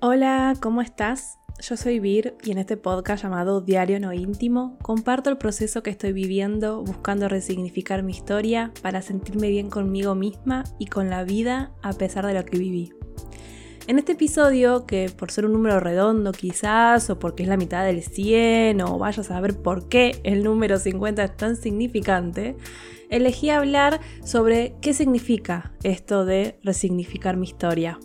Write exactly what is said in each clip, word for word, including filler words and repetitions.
Hola, ¿cómo estás? Yo soy Vir y en este podcast llamado Diario No Íntimo comparto el proceso que estoy viviendo buscando resignificar mi historia para sentirme bien conmigo misma y con la vida a pesar de lo que viví. En este episodio, que por ser un número redondo quizás, o porque es la mitad del cien, o vaya a saber por qué el número cincuenta es tan significante, elegí hablar sobre qué significa esto de resignificar mi historia.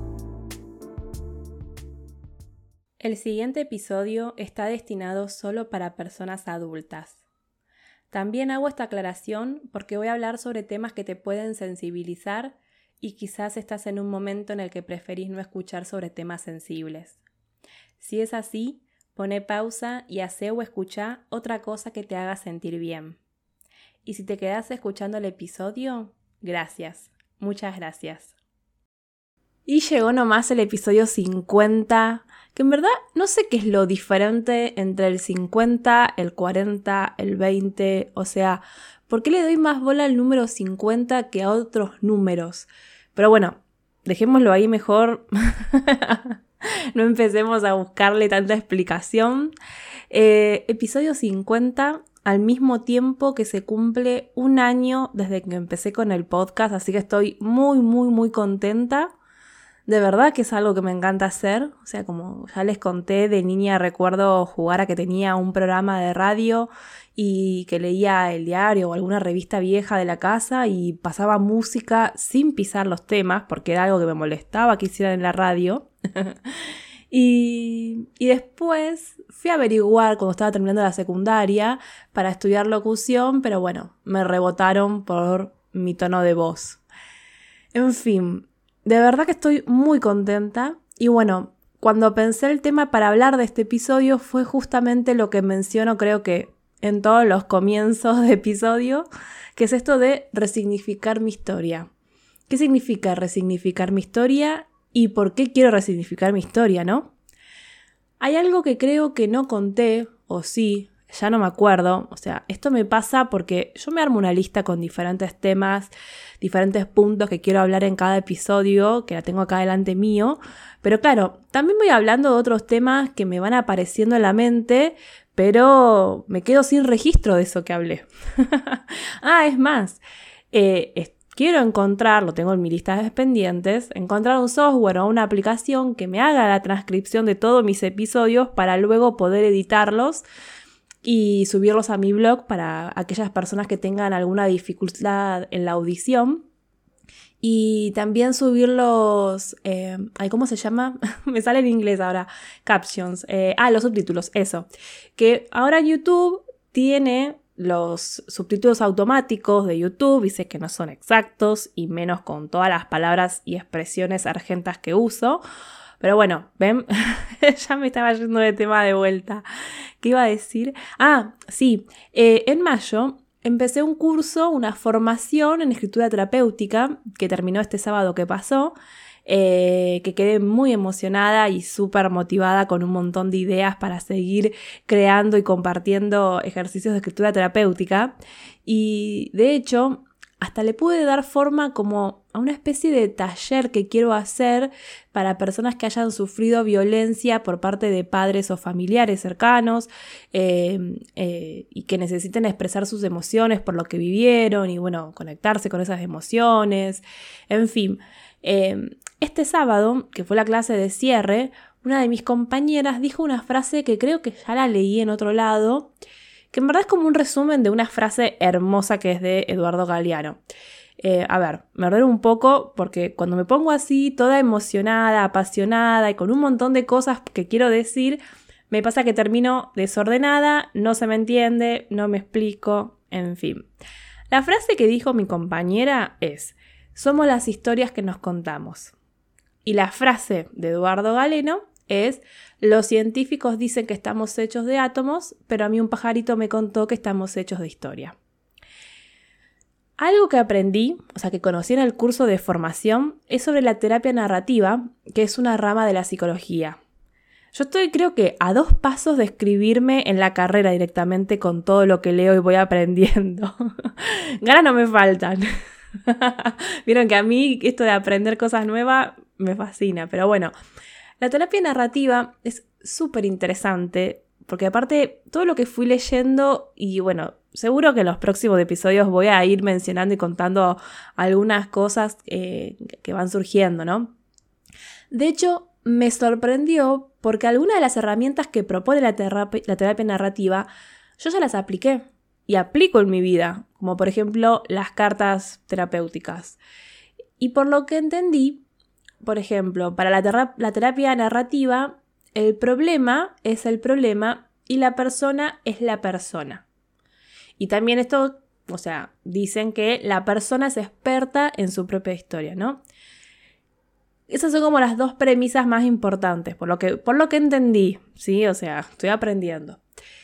El siguiente episodio está destinado solo para personas adultas. También hago esta aclaración porque voy a hablar sobre temas que te pueden sensibilizar y quizás estás en un momento en el que preferís no escuchar sobre temas sensibles. Si es así, poné pausa y hacé o escuchá otra cosa que te haga sentir bien. Y si te quedás escuchando el episodio, gracias, muchas gracias. Y llegó nomás el episodio cincuenta, que en verdad no sé qué es lo diferente entre el cincuenta, el cuarenta, el veinte, o sea, ¿por qué le doy más bola al número cincuenta que a otros números? Pero bueno, dejémoslo ahí mejor, no empecemos a buscarle tanta explicación. Eh, episodio cincuenta, al mismo tiempo que se cumple un año desde que empecé con el podcast, así que estoy muy, muy, muy contenta. De verdad que es algo que me encanta hacer, o sea, como ya les conté, de niña recuerdo jugar a que tenía un programa de radio y que leía el diario o alguna revista vieja de la casa y pasaba música sin pisar los temas, porque era algo que me molestaba que hicieran en la radio. y, y después fui a averiguar cuando estaba terminando la secundaria para estudiar locución, pero bueno, me rebotaron por mi tono de voz. En fin. De verdad que estoy muy contenta y bueno, cuando pensé el tema para hablar de este episodio fue justamente lo que menciono creo que en todos los comienzos de episodio, que es esto de resignificar mi historia. ¿Qué significa resignificar mi historia y por qué quiero resignificar mi historia, no? Hay algo que creo que no conté, o sí, ya no me acuerdo, o sea, esto me pasa porque yo me armo una lista con diferentes temas, diferentes puntos que quiero hablar en cada episodio, que la tengo acá delante mío, pero claro, también voy hablando de otros temas que me van apareciendo en la mente, pero me quedo sin registro de eso que hablé. ah, es más, eh, es, quiero encontrar, lo tengo en mi lista de pendientes, encontrar un software o una aplicación que me haga la transcripción de todos mis episodios para luego poder editarlos y subirlos a mi blog para aquellas personas que tengan alguna dificultad en la audición. Y también subirlos, eh, ¿cómo se llama? Me sale en inglés ahora, captions. Eh, ah, los subtítulos, eso. Que ahora YouTube tiene los subtítulos automáticos de YouTube y sé que no son exactos y menos con todas las palabras y expresiones argentas que uso. Pero bueno, ¿ven? Ya me estaba yendo de tema de vuelta. ¿Qué iba a decir? Ah, sí. Eh, en mayo empecé un curso, una formación en escritura terapéutica que terminó este sábado que pasó, eh, que quedé muy emocionada y súper motivada con un montón de ideas para seguir creando y compartiendo ejercicios de escritura terapéutica. Y de hecho, hasta le pude dar forma como a una especie de taller que quiero hacer para personas que hayan sufrido violencia por parte de padres o familiares cercanos eh, eh, y que necesiten expresar sus emociones por lo que vivieron y bueno, conectarse con esas emociones. En fin, eh, este sábado, que fue la clase de cierre, una de mis compañeras dijo una frase que creo que ya la leí en otro lado, que en verdad es como un resumen de una frase hermosa que es de Eduardo Galeano. Eh, a ver, me ordeno un poco porque cuando me pongo así, toda emocionada, apasionada y con un montón de cosas que quiero decir, me pasa que termino desordenada, no se me entiende, no me explico, en fin. La frase que dijo mi compañera es: somos las historias que nos contamos. Y la frase de Eduardo Galeano es: los científicos dicen que estamos hechos de átomos, pero a mí un pajarito me contó que estamos hechos de historia. Algo que aprendí, o sea que conocí en el curso de formación, es sobre la terapia narrativa, que es una rama de la psicología. Yo estoy creo que a dos pasos de escribirme en la carrera directamente con todo lo que leo y voy aprendiendo. Ganas no me faltan. Vieron que a mí esto de aprender cosas nuevas me fascina, pero bueno. La terapia narrativa es súper interesante porque aparte todo lo que fui leyendo y bueno, seguro que en los próximos episodios voy a ir mencionando y contando algunas cosas eh, que van surgiendo, ¿no? De hecho, me sorprendió porque algunas de las herramientas que propone la terapia, la terapia narrativa yo ya las apliqué y aplico en mi vida, como por ejemplo las cartas terapéuticas. Y por lo que entendí, por ejemplo, para la, ter- la terapia narrativa, el problema es el problema y la persona es la persona. Y también esto, o sea, dicen que la persona es experta en su propia historia, ¿no? Esas son como las dos premisas más importantes, por lo que, por lo que entendí, ¿sí? O sea, estoy aprendiendo.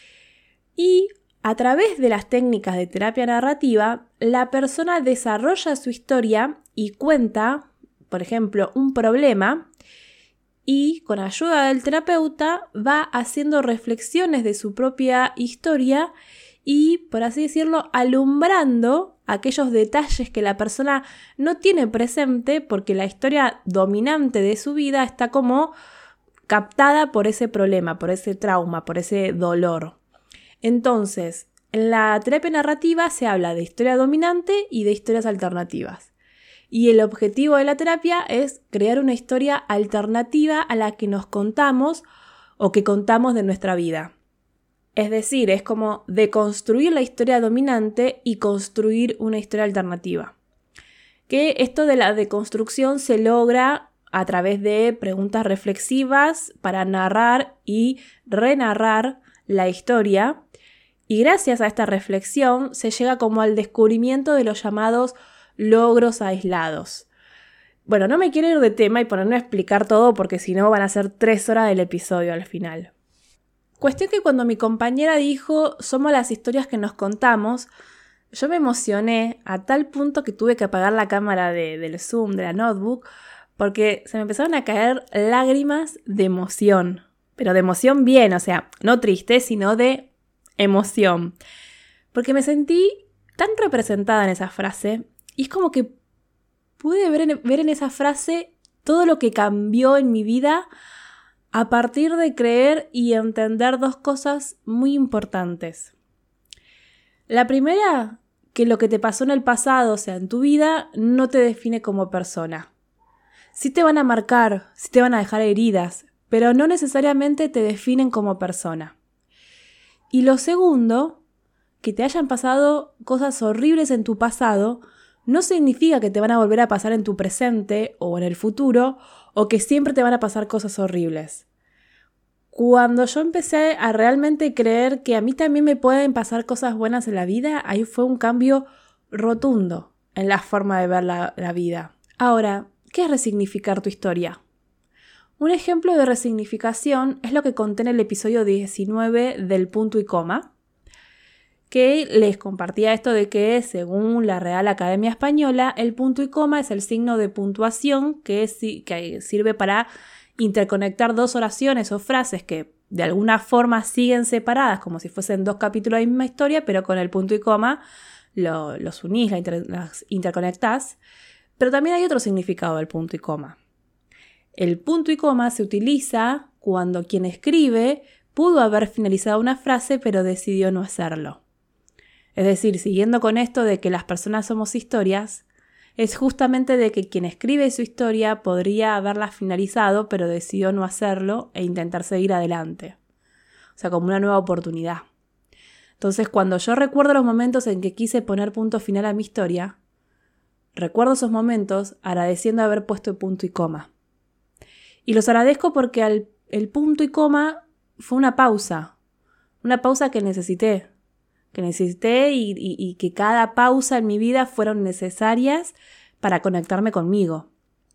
Y a través de las técnicas de terapia narrativa, la persona desarrolla su historia y cuenta, por ejemplo, un problema y con ayuda del terapeuta va haciendo reflexiones de su propia historia y, por así decirlo, alumbrando aquellos detalles que la persona no tiene presente porque la historia dominante de su vida está como captada por ese problema, por ese trauma, por ese dolor. Entonces, en la terapia narrativa se habla de historia dominante y de historias alternativas. Y el objetivo de la terapia es crear una historia alternativa a la que nos contamos o que contamos de nuestra vida. Es decir, es como deconstruir la historia dominante y construir una historia alternativa. Que esto de la deconstrucción se logra a través de preguntas reflexivas para narrar y renarrar la historia. Y gracias a esta reflexión se llega como al descubrimiento de los llamados logros aislados. Bueno, no me quiero ir de tema y ponerme a explicar todo porque si no van a ser tres horas del episodio al final. Cuestión que cuando mi compañera dijo somos las historias que nos contamos, yo me emocioné a tal punto que tuve que apagar la cámara de, del Zoom, de la notebook, porque se me empezaron a caer lágrimas de emoción. Pero de emoción bien, o sea, no triste, sino de emoción. Porque me sentí tan representada en esa frase y es como que pude ver en, ver en esa frase todo lo que cambió en mi vida a partir de creer y entender dos cosas muy importantes. La primera, que lo que te pasó en el pasado, o sea, en tu vida, no te define como persona. Sí te van a marcar, sí te van a dejar heridas, pero no necesariamente te definen como persona. Y lo segundo, que te hayan pasado cosas horribles en tu pasado, no significa que te van a volver a pasar en tu presente o en el futuro, o que siempre te van a pasar cosas horribles. Cuando yo empecé a realmente creer que a mí también me pueden pasar cosas buenas en la vida, ahí fue un cambio rotundo en la forma de ver la, la vida. Ahora, ¿qué es resignificar tu historia? Un ejemplo de resignificación es lo que conté en el episodio diecinueve del punto y coma, que les compartía esto de que, según la Real Academia Española, el punto y coma es el signo de puntuación que, es, que sirve para interconectar dos oraciones o frases que de alguna forma siguen separadas, como si fuesen dos capítulos de la misma historia, pero con el punto y coma lo, los unís, la inter, las interconectás. Pero también hay otro significado del punto y coma. El punto y coma se utiliza cuando quien escribe pudo haber finalizado una frase, pero decidió no hacerlo. Es decir, siguiendo con esto de que las personas somos historias, es justamente de que quien escribe su historia podría haberla finalizado, pero decidió no hacerlo e intentar seguir adelante. O sea, como una nueva oportunidad. Entonces, cuando yo recuerdo los momentos en que quise poner punto final a mi historia, recuerdo esos momentos agradeciendo haber puesto el punto y coma. Y los agradezco porque al, el punto y coma fue una pausa. Una pausa que necesité. que necesité y, y, y que cada pausa en mi vida fueron necesarias para conectarme conmigo.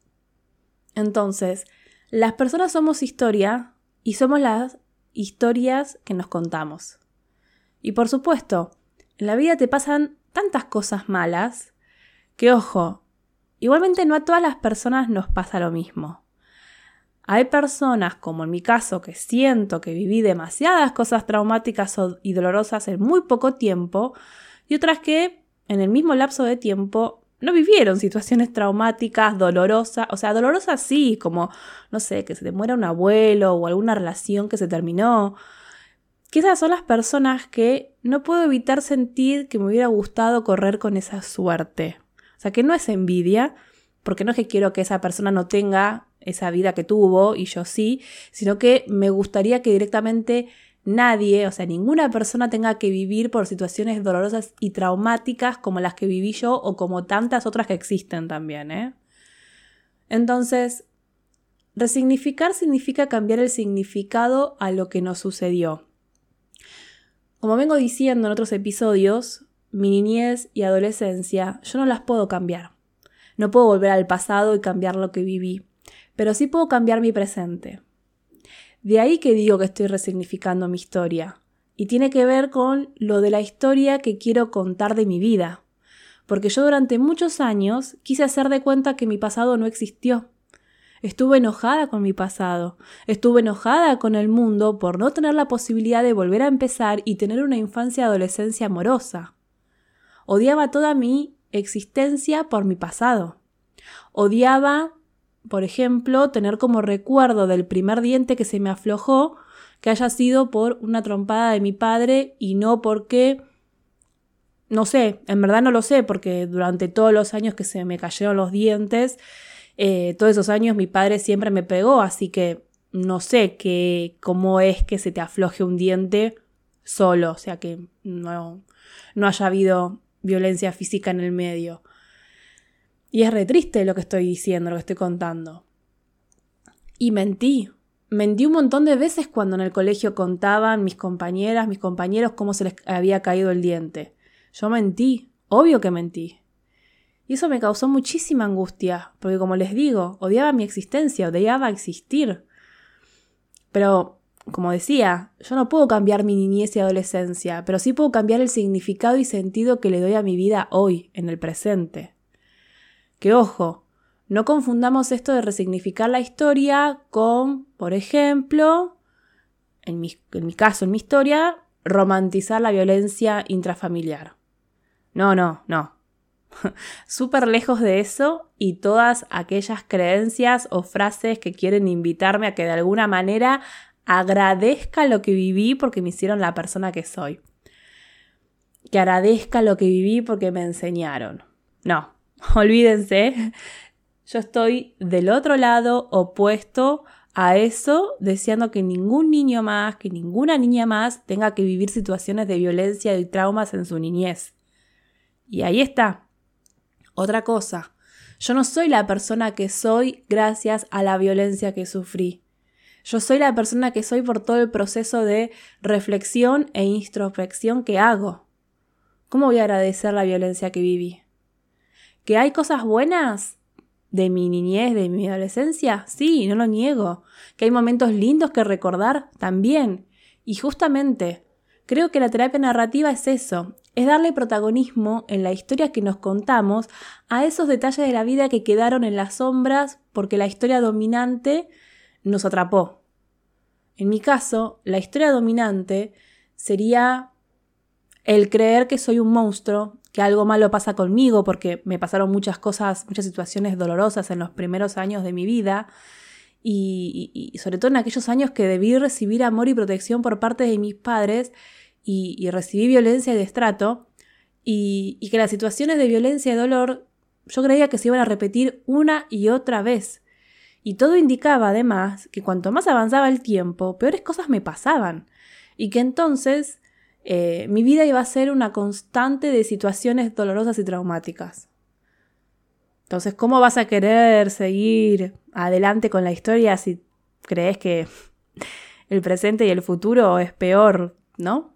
Entonces, las personas somos historia y somos las historias que nos contamos. Y por supuesto, en la vida te pasan tantas cosas malas que, ojo, igualmente no a todas las personas nos pasa lo mismo. Hay personas, como en mi caso, que siento que viví demasiadas cosas traumáticas y dolorosas en muy poco tiempo, y otras que, en el mismo lapso de tiempo, no vivieron situaciones traumáticas, dolorosas, o sea, dolorosas sí, como, no sé, que se te muera un abuelo o alguna relación que se terminó. Que esas son las personas que no puedo evitar sentir que me hubiera gustado correr con esa suerte. O sea, que no es envidia, porque no es que quiero que esa persona no tenga esa vida que tuvo y yo sí, sino que me gustaría que directamente nadie, o sea, ninguna persona tenga que vivir por situaciones dolorosas y traumáticas como las que viví yo o como tantas otras que existen también, ¿eh? Entonces, resignificar significa cambiar el significado a lo que nos sucedió. Como vengo diciendo en otros episodios, mi niñez y adolescencia yo no las puedo cambiar. No puedo volver al pasado y cambiar lo que viví, pero sí puedo cambiar mi presente. De ahí que digo que estoy resignificando mi historia, y tiene que ver con lo de la historia que quiero contar de mi vida, porque yo durante muchos años quise hacer de cuenta que mi pasado no existió. Estuve enojada con mi pasado, estuve enojada con el mundo por no tener la posibilidad de volver a empezar y tener una infancia y adolescencia amorosa. Odiaba toda mi existencia por mi pasado. Odiaba, por ejemplo, tener como recuerdo del primer diente que se me aflojó que haya sido por una trompada de mi padre y no porque, no sé, en verdad no lo sé, porque durante todos los años que se me cayeron los dientes, Eh, todos esos años mi padre siempre me pegó, así que no sé que, cómo es que se te afloje un diente solo, o sea que no, no haya habido violencia física en el medio. Y es re triste lo que estoy diciendo, lo que estoy contando. Y mentí, mentí un montón de veces cuando en el colegio contaban mis compañeras, mis compañeros cómo se les había caído el diente. Yo mentí, obvio que mentí. Y eso me causó muchísima angustia, porque como les digo, odiaba mi existencia, odiaba existir. Pero, como decía, yo no puedo cambiar mi niñez y adolescencia, pero sí puedo cambiar el significado y sentido que le doy a mi vida hoy, en el presente. Que ojo, no confundamos esto de resignificar la historia con, por ejemplo, en mi, en mi caso, en mi historia, romantizar la violencia intrafamiliar. No, no, no. Súper lejos de eso y todas aquellas creencias o frases que quieren invitarme a que de alguna manera agradezca lo que viví porque me hicieron la persona que soy. Que agradezca lo que viví porque me enseñaron. No, olvídense. Yo estoy del otro lado opuesto a eso, deseando que ningún niño más, que ninguna niña más tenga que vivir situaciones de violencia y traumas en su niñez. Y ahí está. Otra cosa, yo no soy la persona que soy gracias a la violencia que sufrí. Yo soy la persona que soy por todo el proceso de reflexión e introspección que hago. ¿Cómo voy a agradecer la violencia que viví? ¿Que hay cosas buenas de mi niñez, de mi adolescencia? Sí, no lo niego. ¿Que hay momentos lindos que recordar? También. Y justamente, creo que la terapia narrativa es eso. Es darle protagonismo en la historia que nos contamos a esos detalles de la vida que quedaron en las sombras porque la historia dominante nos atrapó. En mi caso, la historia dominante sería el creer que soy un monstruo, que algo malo pasa conmigo porque me pasaron muchas cosas, muchas situaciones dolorosas en los primeros años de mi vida y, y, y sobre todo en aquellos años que debí recibir amor y protección por parte de mis padres. Y, y recibí violencia y destrato, y, y que las situaciones de violencia y dolor yo creía que se iban a repetir una y otra vez. Y todo indicaba además que cuanto más avanzaba el tiempo, peores cosas me pasaban. Y que entonces eh, mi vida iba a ser una constante de situaciones dolorosas y traumáticas. Entonces, ¿cómo vas a querer seguir adelante con la historia si crees que el presente y el futuro es peor, ¿no?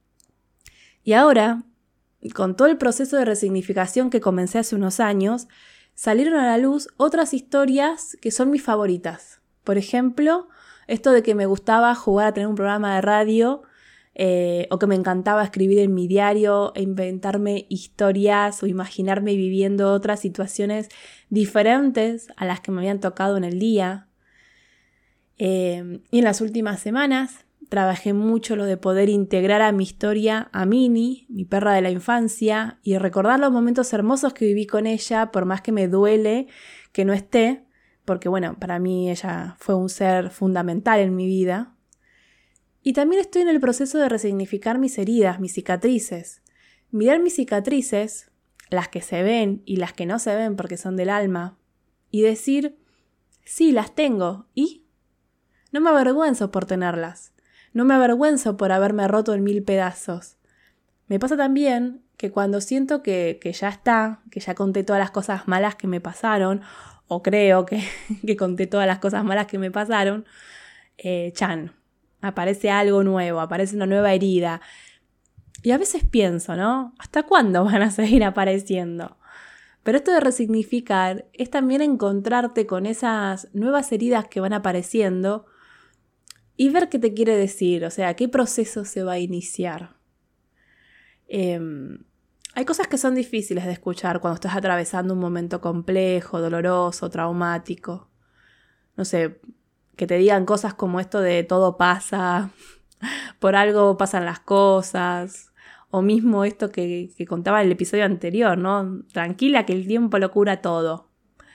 Y ahora, con todo el proceso de resignificación que comencé hace unos años, salieron a la luz otras historias que son mis favoritas. Por ejemplo, esto de que me gustaba jugar a tener un programa de radio eh, o que me encantaba escribir en mi diario e inventarme historias o imaginarme viviendo otras situaciones diferentes a las que me habían tocado en el día. Eh, y en las últimas semanas trabajé mucho lo de poder integrar a mi historia a Mini, mi perra de la infancia, y recordar los momentos hermosos que viví con ella, por más que me duele que no esté, porque bueno, para mí ella fue un ser fundamental en mi vida. Y también estoy en el proceso de resignificar mis heridas, mis cicatrices. Mirar mis cicatrices, las que se ven y las que no se ven porque son del alma, y decir, sí, las tengo, ¿y? No me avergüenzo por tenerlas. No me avergüenzo por haberme roto en mil pedazos. Me pasa también que cuando siento que, que ya está, que ya conté todas las cosas malas que me pasaron, o creo que, que conté todas las cosas malas que me pasaron, eh, chan, aparece algo nuevo, aparece una nueva herida. Y a veces pienso, ¿no? ¿Hasta cuándo van a seguir apareciendo? Pero esto de resignificar es también encontrarte con esas nuevas heridas que van apareciendo y ver qué te quiere decir, o sea, qué proceso se va a iniciar. Eh, hay cosas que son difíciles de escuchar cuando estás atravesando un momento complejo, doloroso, traumático. No sé, que te digan cosas como esto de todo pasa, por algo pasan las cosas, o mismo esto que, que contaba en el episodio anterior, ¿no? Tranquila que el tiempo lo cura todo.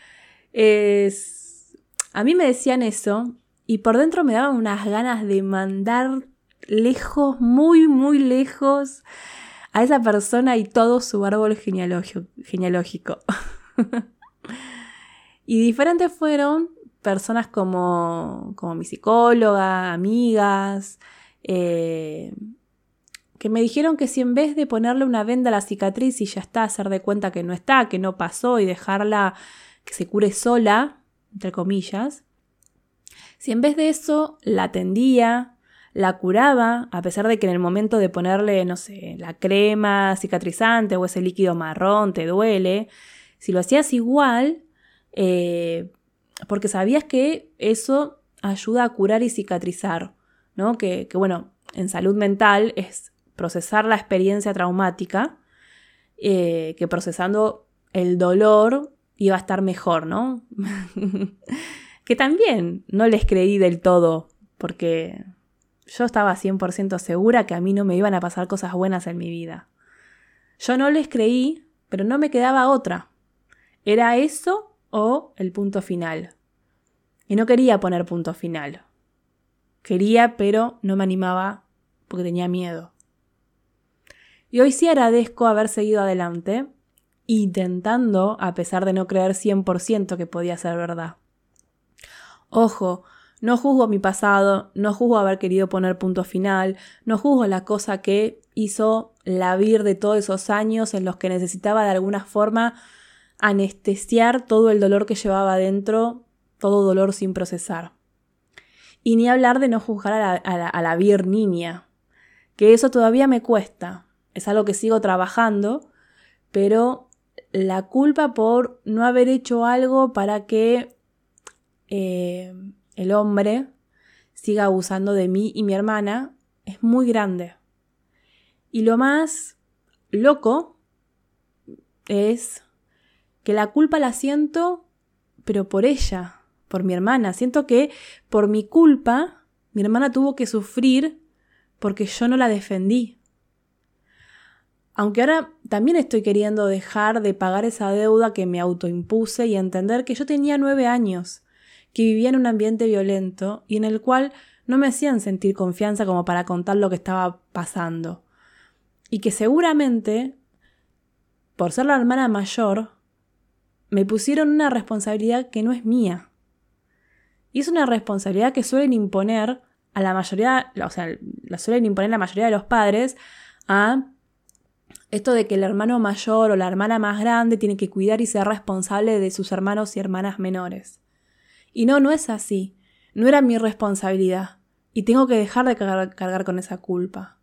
Es... A mí me decían eso y por dentro me daban unas ganas de mandar lejos, muy, muy lejos a esa persona y todo su árbol genealógico. genealógico. Y diferentes fueron personas como, como mi psicóloga, amigas, eh, que me dijeron que si en vez de ponerle una venda a la cicatriz y ya está, hacer de cuenta que no está, que no pasó y dejarla que se cure sola, entre comillas, si en vez de eso la atendía, la curaba, a pesar de que en el momento de ponerle, no sé, la crema cicatrizante o ese líquido marrón te duele, si lo hacías igual, eh, porque sabías que eso ayuda a curar y cicatrizar, ¿no? Que, que bueno, en salud mental es procesar la experiencia traumática, eh, que procesando el dolor iba a estar mejor, ¿no? Que también no les creí del todo, porque yo estaba cien por ciento segura que a mí no me iban a pasar cosas buenas en mi vida. Yo no les creí, pero no me quedaba otra. Era eso o el punto final. Y no quería poner punto final. Quería, pero no me animaba porque tenía miedo. Y hoy sí agradezco haber seguido adelante, intentando, a pesar de no creer cien por ciento que podía ser verdad. Ojo, no juzgo mi pasado, no juzgo haber querido poner punto final, no juzgo la cosa que hizo la Vir de todos esos años en los que necesitaba de alguna forma anestesiar todo el dolor que llevaba adentro, todo dolor sin procesar. Y ni hablar de no juzgar a la, a la, a la Vir niña, que eso todavía me cuesta, es algo que sigo trabajando, pero la culpa por no haber hecho algo para que eh, el hombre siga abusando de mí y mi hermana es muy grande. Y lo más loco es que la culpa la siento, pero por ella, por mi hermana. Siento que por mi culpa mi hermana tuvo que sufrir porque yo no la defendí. Aunque ahora también estoy queriendo dejar de pagar esa deuda que me autoimpuse y entender que yo tenía nueve años, que vivía en un ambiente violento y en el cual no me hacían sentir confianza como para contar lo que estaba pasando. Y que seguramente, por ser la hermana mayor, me pusieron una responsabilidad que no es mía. Y es una responsabilidad que suelen imponer a la mayoría, o sea, la suelen imponer la mayoría de los padres a esto de que el hermano mayor o la hermana más grande tiene que cuidar y ser responsable de sus hermanos y hermanas menores. Y no, no es así. No era mi responsabilidad. Y tengo que dejar de cargar, cargar con esa culpa.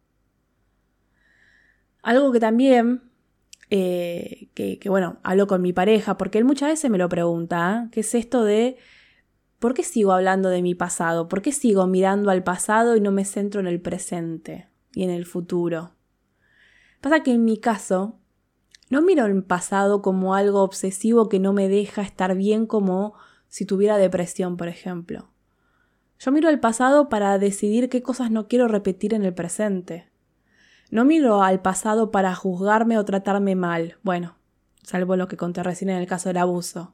Algo que también, eh, que, que bueno, hablo con mi pareja, porque él muchas veces me lo pregunta, ¿eh? ¿Qué es esto de por qué sigo hablando de mi pasado? ¿Por qué sigo mirando al pasado y no me centro en el presente y en el futuro? Pasa que en mi caso, no miro el pasado como algo obsesivo que no me deja estar bien como si tuviera depresión, por ejemplo. Yo miro al pasado para decidir qué cosas no quiero repetir en el presente. No miro al pasado para juzgarme o tratarme mal. Bueno, salvo lo que conté recién en el caso del abuso.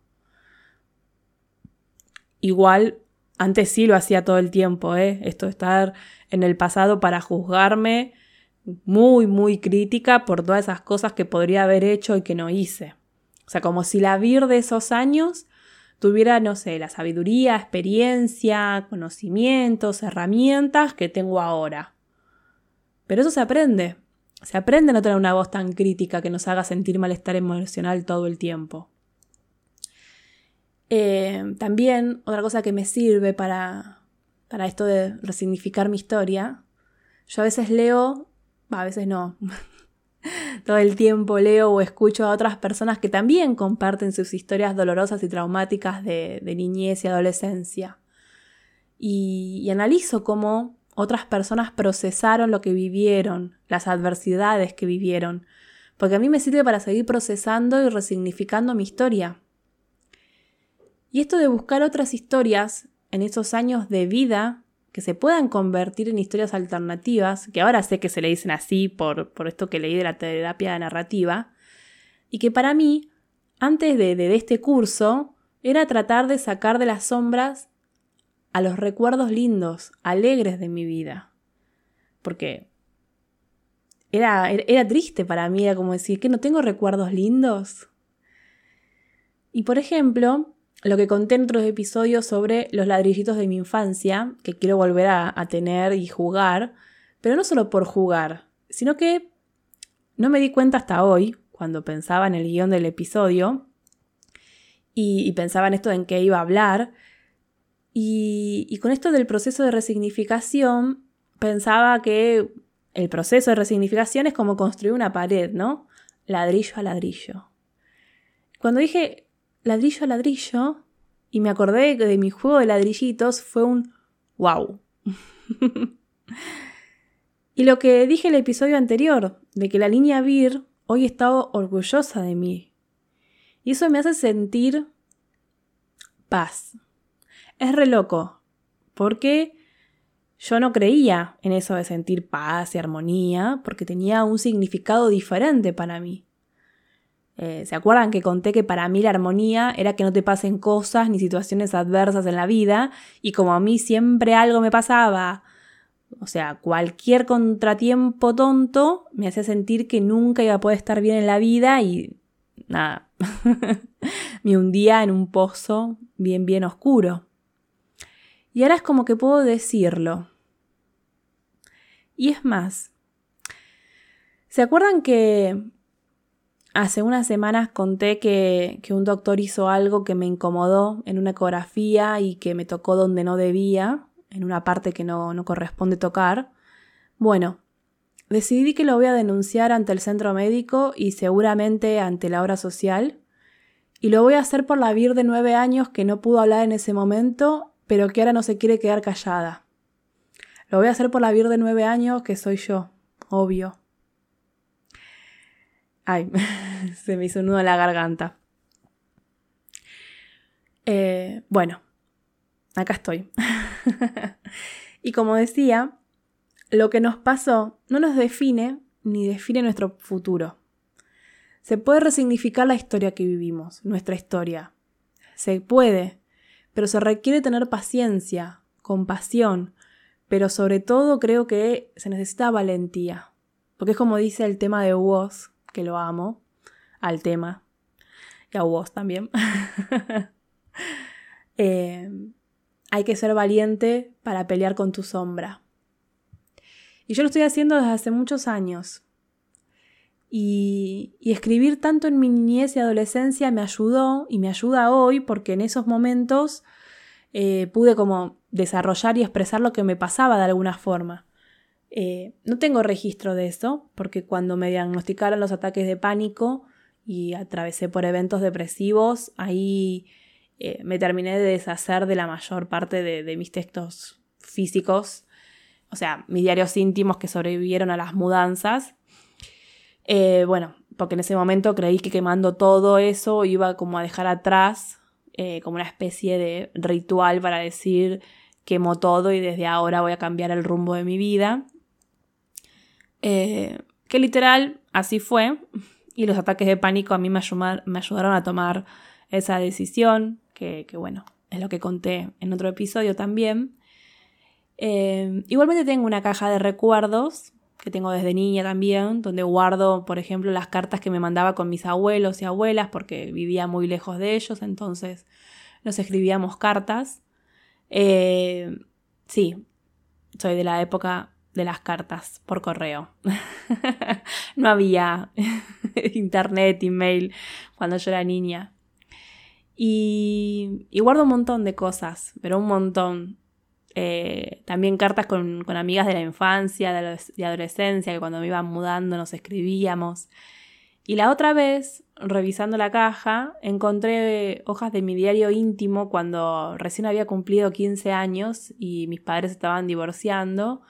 Igual, antes sí lo hacía todo el tiempo, ¿eh? Esto de estar en el pasado para juzgarme, muy, muy crítica por todas esas cosas que podría haber hecho y que no hice. O sea, como si la Vir de esos años tuviera, no sé, la sabiduría, experiencia, conocimientos, herramientas que tengo ahora. Pero eso se aprende. Se aprende a no tener una voz tan crítica que nos haga sentir malestar emocional todo el tiempo. Eh, también, otra cosa que me sirve para, para esto de resignificar mi historia, yo a veces leo, a veces no, todo el tiempo leo o escucho a otras personas que también comparten sus historias dolorosas y traumáticas de, de niñez y adolescencia. Y, y analizo cómo otras personas procesaron lo que vivieron, las adversidades que vivieron, porque a mí me sirve para seguir procesando y resignificando mi historia. Y esto de buscar otras historias en esos años de vida que se puedan convertir en historias alternativas, que ahora sé que se le dicen así por, por esto que leí de la terapia narrativa, y que para mí, antes de, de este curso, era tratar de sacar de las sombras a los recuerdos lindos, alegres de mi vida. Porque era, era triste para mí, era como decir, ¿que no tengo recuerdos lindos? Y por ejemplo, lo que conté en otros episodios sobre los ladrillitos de mi infancia, que quiero volver a, a tener y jugar, pero no solo por jugar, sino que no me di cuenta hasta hoy, cuando pensaba en el guión del episodio, y, y pensaba en esto en qué iba a hablar, y, y con esto del proceso de resignificación, pensaba que el proceso de resignificación es como construir una pared, ¿no? Ladrillo a ladrillo. Cuando dije ladrillo a ladrillo, y me acordé de mi juego de ladrillitos, fue un wow. Y lo que dije en el episodio anterior, de que la niña Vir hoy está orgullosa de mí. Y eso me hace sentir paz. Es re loco, porque yo no creía en eso de sentir paz y armonía, porque tenía un significado diferente para mí. Eh, ¿Se acuerdan que conté que para mí la armonía era que no te pasen cosas ni situaciones adversas en la vida? Y como a mí siempre algo me pasaba, o sea, cualquier contratiempo tonto me hacía sentir que nunca iba a poder estar bien en la vida y nada, me hundía en un pozo bien, bien oscuro. Y ahora es como que puedo decirlo. Y es más, ¿se acuerdan que hace unas semanas conté que, que un doctor hizo algo que me incomodó en una ecografía y que me tocó donde no debía, en una parte que no, no corresponde tocar? Bueno, decidí que lo voy a denunciar ante el centro médico y seguramente ante la obra social. Y lo voy a hacer por la Vir de nueve años que no pudo hablar en ese momento, pero que ahora no se quiere quedar callada. Lo voy a hacer por la Vir de nueve años que soy yo, obvio. Ay, se me hizo un nudo en la garganta. Eh, bueno, acá estoy. Y como decía, lo que nos pasó no nos define ni define nuestro futuro. Se puede resignificar la historia que vivimos, nuestra historia. Se puede, pero se requiere tener paciencia, compasión, pero sobre todo creo que se necesita valentía. Porque es como dice el tema de Woz, que lo amo, al tema, y a vos también. eh, hay que ser valiente para pelear con tu sombra. Y yo lo estoy haciendo desde hace muchos años. Y, y escribir tanto en mi niñez y adolescencia me ayudó y me ayuda hoy porque en esos momentos eh, pude como desarrollar y expresar lo que me pasaba de alguna forma. Eh, no tengo registro de eso, porque cuando me diagnosticaron los ataques de pánico y atravesé por eventos depresivos, ahí eh, me terminé de deshacer de la mayor parte de, de mis textos físicos, o sea, mis diarios íntimos que sobrevivieron a las mudanzas. Eh, bueno, porque en ese momento creí que quemando todo eso iba como a dejar atrás, eh, como una especie de ritual para decir quemo todo y desde ahora voy a cambiar el rumbo de mi vida. Eh, que literal así fue, y los ataques de pánico a mí me, ayudar, me ayudaron a tomar esa decisión, que, que bueno, es lo que conté en otro episodio también. Eh, igualmente tengo una caja de recuerdos que tengo desde niña también, donde guardo, por ejemplo, las cartas que me mandaba con mis abuelos y abuelas, porque vivía muy lejos de ellos, entonces nos escribíamos cartas. Eh, sí, soy de la época de las cartas por correo. No había internet, email cuando yo era niña. Y, y guardo un montón de cosas, pero un montón. Eh, también cartas con, con amigas de la infancia, de la de adolescencia, que cuando me iban mudando nos escribíamos. Y la otra vez, revisando la caja, encontré hojas de mi diario íntimo cuando recién había cumplido quince años y mis padres estaban divorciando.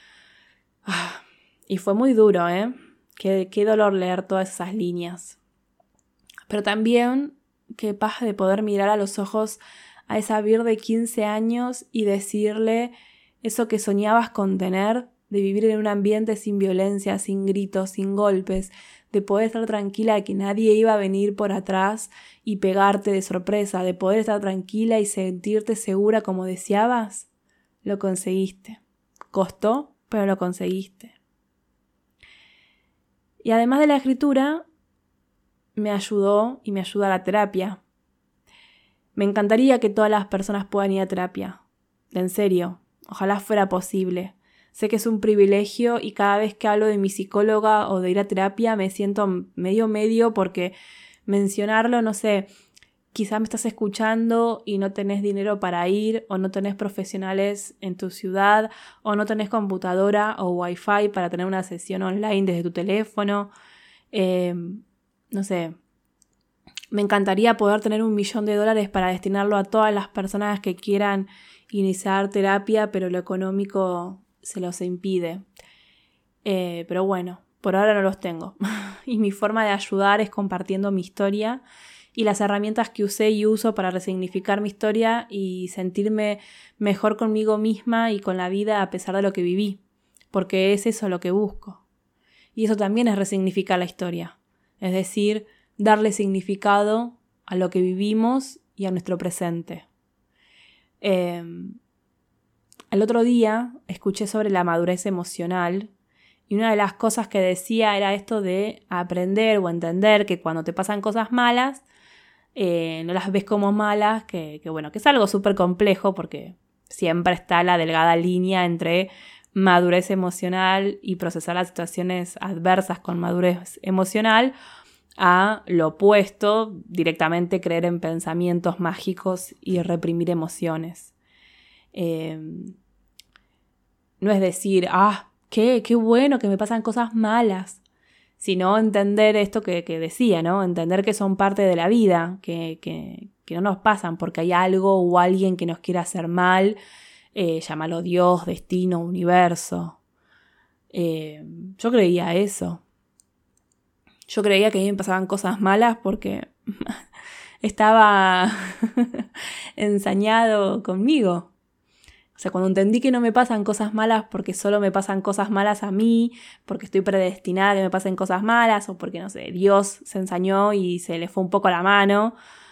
Y fue muy duro, ¿eh? Qué, qué dolor leer todas esas líneas. Pero también qué paz de poder mirar a los ojos a esa Vir de quince años y decirle eso que soñabas con tener, de vivir en un ambiente sin violencia, sin gritos, sin golpes, de poder estar tranquila de que nadie iba a venir por atrás y pegarte de sorpresa, de poder estar tranquila y sentirte segura como deseabas. Lo conseguiste. Costó, pero lo conseguiste. Y además de la escritura, me ayudó y me ayuda la terapia. Me encantaría que todas las personas puedan ir a terapia. En serio, ojalá fuera posible. Sé que es un privilegio y cada vez que hablo de mi psicóloga o de ir a terapia me siento medio medio porque mencionarlo, no sé, quizá me estás escuchando y no tenés dinero para ir, o no tenés profesionales en tu ciudad, o no tenés computadora o wifi para tener una sesión online desde tu teléfono. Eh, no sé, me encantaría poder tener un millón de dólares para destinarlo a todas las personas que quieran iniciar terapia, pero lo económico se los impide. Eh, pero bueno, por ahora no los tengo. Y mi forma de ayudar es compartiendo mi historia y las herramientas que usé y uso para resignificar mi historia y sentirme mejor conmigo misma y con la vida a pesar de lo que viví, porque es eso lo que busco. Y eso también es resignificar la historia, es decir, darle significado a lo que vivimos y a nuestro presente. Eh, el otro día escuché sobre la madurez emocional y una de las cosas que decía era esto de aprender o entender que cuando te pasan cosas malas, eh, no las ves como malas, que, que bueno, que es algo súper complejo porque siempre está la delgada línea entre madurez emocional y procesar las situaciones adversas con madurez emocional, a lo opuesto, directamente creer en pensamientos mágicos y reprimir emociones. Eh, no es decir, ah, qué, qué bueno que me pasan cosas malas, sino entender esto que, que decía, ¿no? Entender que son parte de la vida, que, que, que no nos pasan porque hay algo o alguien que nos quiere hacer mal, eh, llámalo Dios, destino, universo. Eh, yo creía eso. Yo creía que a mí me pasaban cosas malas porque estaba ensañado conmigo. O sea, cuando entendí que no me pasan cosas malas porque solo me pasan cosas malas a mí, porque estoy predestinada a que me pasen cosas malas, o porque, no sé, Dios se ensañó y se le fue un poco la mano.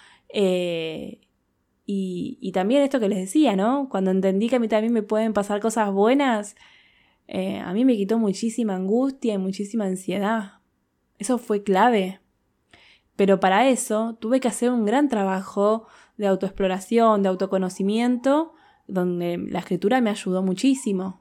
Eh, y, y también esto que les decía, ¿no? Cuando entendí que a mí también me pueden pasar cosas buenas, eh, a mí me quitó muchísima angustia y muchísima ansiedad. Eso fue clave. Pero para eso tuve que hacer un gran trabajo de autoexploración, de autoconocimiento, donde la escritura me ayudó muchísimo.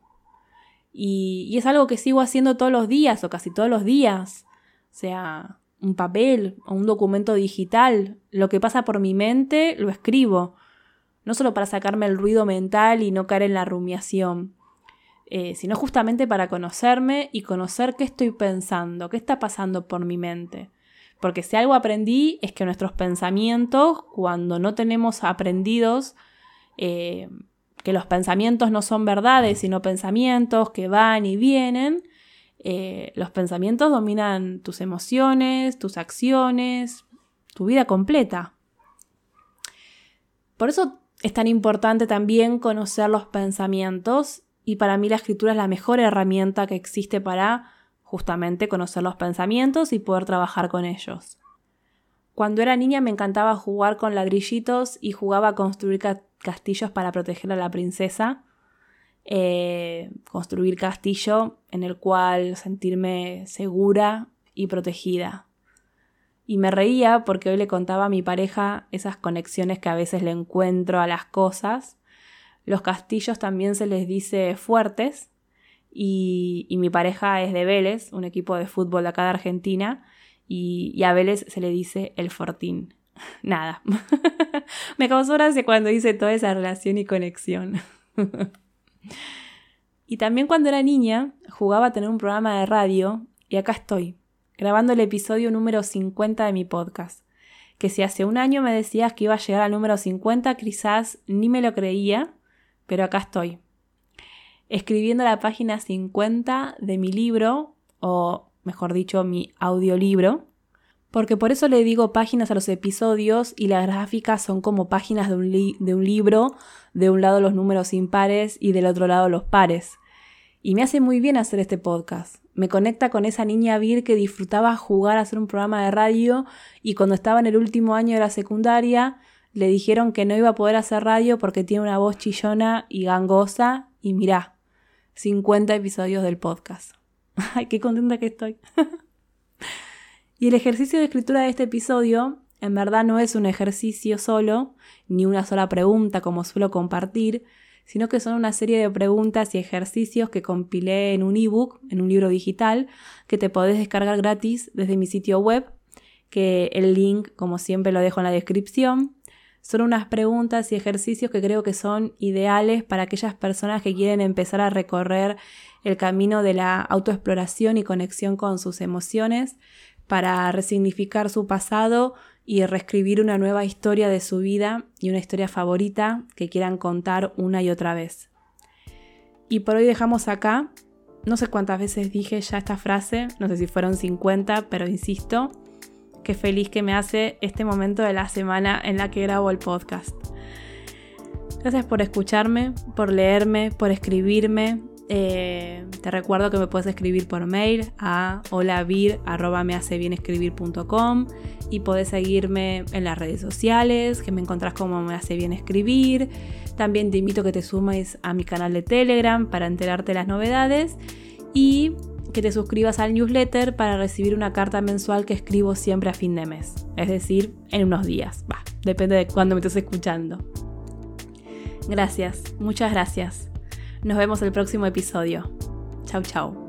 Y, y es algo que sigo haciendo todos los días, o casi todos los días. O sea, un papel o un documento digital. Lo que pasa por mi mente lo escribo. No solo para sacarme el ruido mental y no caer en la rumiación. Eh, sino justamente para conocerme y conocer qué estoy pensando, qué está pasando por mi mente. Porque si algo aprendí es que nuestros pensamientos, cuando no tenemos aprendidos, eh, que los pensamientos no son verdades, sino pensamientos que van y vienen, eh, los pensamientos dominan tus emociones, tus acciones, tu vida completa. Por eso es tan importante también conocer los pensamientos y para mí la escritura es la mejor herramienta que existe para justamente conocer los pensamientos y poder trabajar con ellos. Cuando era niña me encantaba jugar con ladrillitos y jugaba a construir ca- castillos para proteger a la princesa. Eh, construir castillo en el cual sentirme segura y protegida. Y me reía porque hoy le contaba a mi pareja esas conexiones que a veces le encuentro a las cosas. Los castillos también se les dice fuertes y, y mi pareja es de Vélez, un equipo de fútbol de acá de Argentina, y, y a Vélez se le dice el Fortín. Nada. Me causó gracia cuando hice toda esa relación y conexión. Y también cuando era niña jugaba a tener un programa de radio y acá estoy, grabando el episodio número cincuenta de mi podcast, que si hace un año me decías que iba a llegar al número cincuenta, quizás ni me lo creía, pero acá estoy, escribiendo la página cincuenta de mi libro, o mejor dicho, mi audiolibro, porque por eso le digo páginas a los episodios y las gráficas son como páginas de un, li- de un libro, de un lado los números impares y del otro lado los pares. Y me hace muy bien hacer este podcast. Me conecta con esa niña Vir que disfrutaba jugar a hacer un programa de radio y cuando estaba en el último año de la secundaria le dijeron que no iba a poder hacer radio porque tiene una voz chillona y gangosa y mirá, cincuenta episodios del podcast. Ay, qué contenta que estoy. Y el ejercicio de escritura de este episodio en verdad no es un ejercicio solo, ni una sola pregunta como suelo compartir, sino que son una serie de preguntas y ejercicios que compilé en un ebook, en un libro digital, que te podés descargar gratis desde mi sitio web, que el link, como siempre, lo dejo en la descripción. Son unas preguntas y ejercicios que creo que son ideales para aquellas personas que quieren empezar a recorrer el camino de la autoexploración y conexión con sus emociones, para resignificar su pasado y reescribir una nueva historia de su vida y una historia favorita que quieran contar una y otra vez. Y por hoy dejamos acá. No sé cuántas veces dije ya esta frase, no sé si fueron cincuenta, pero insisto, qué feliz que me hace este momento de la semana en la que grabo el podcast. Gracias por escucharme, por leerme, por escribirme. Eh, te recuerdo que me puedes escribir por mail a holavir arroba mehacebienscribir punto com y podés seguirme en las redes sociales, que me encontrás como Me Hace Bien Escribir. También te invito a que te sumes a mi canal de Telegram para enterarte de las novedades y que te suscribas al newsletter para recibir una carta mensual que escribo siempre a fin de mes, es decir, en unos días. Bah, depende de cuándo me estés escuchando. Gracias, muchas gracias. Nos vemos el próximo episodio. Chau, chau.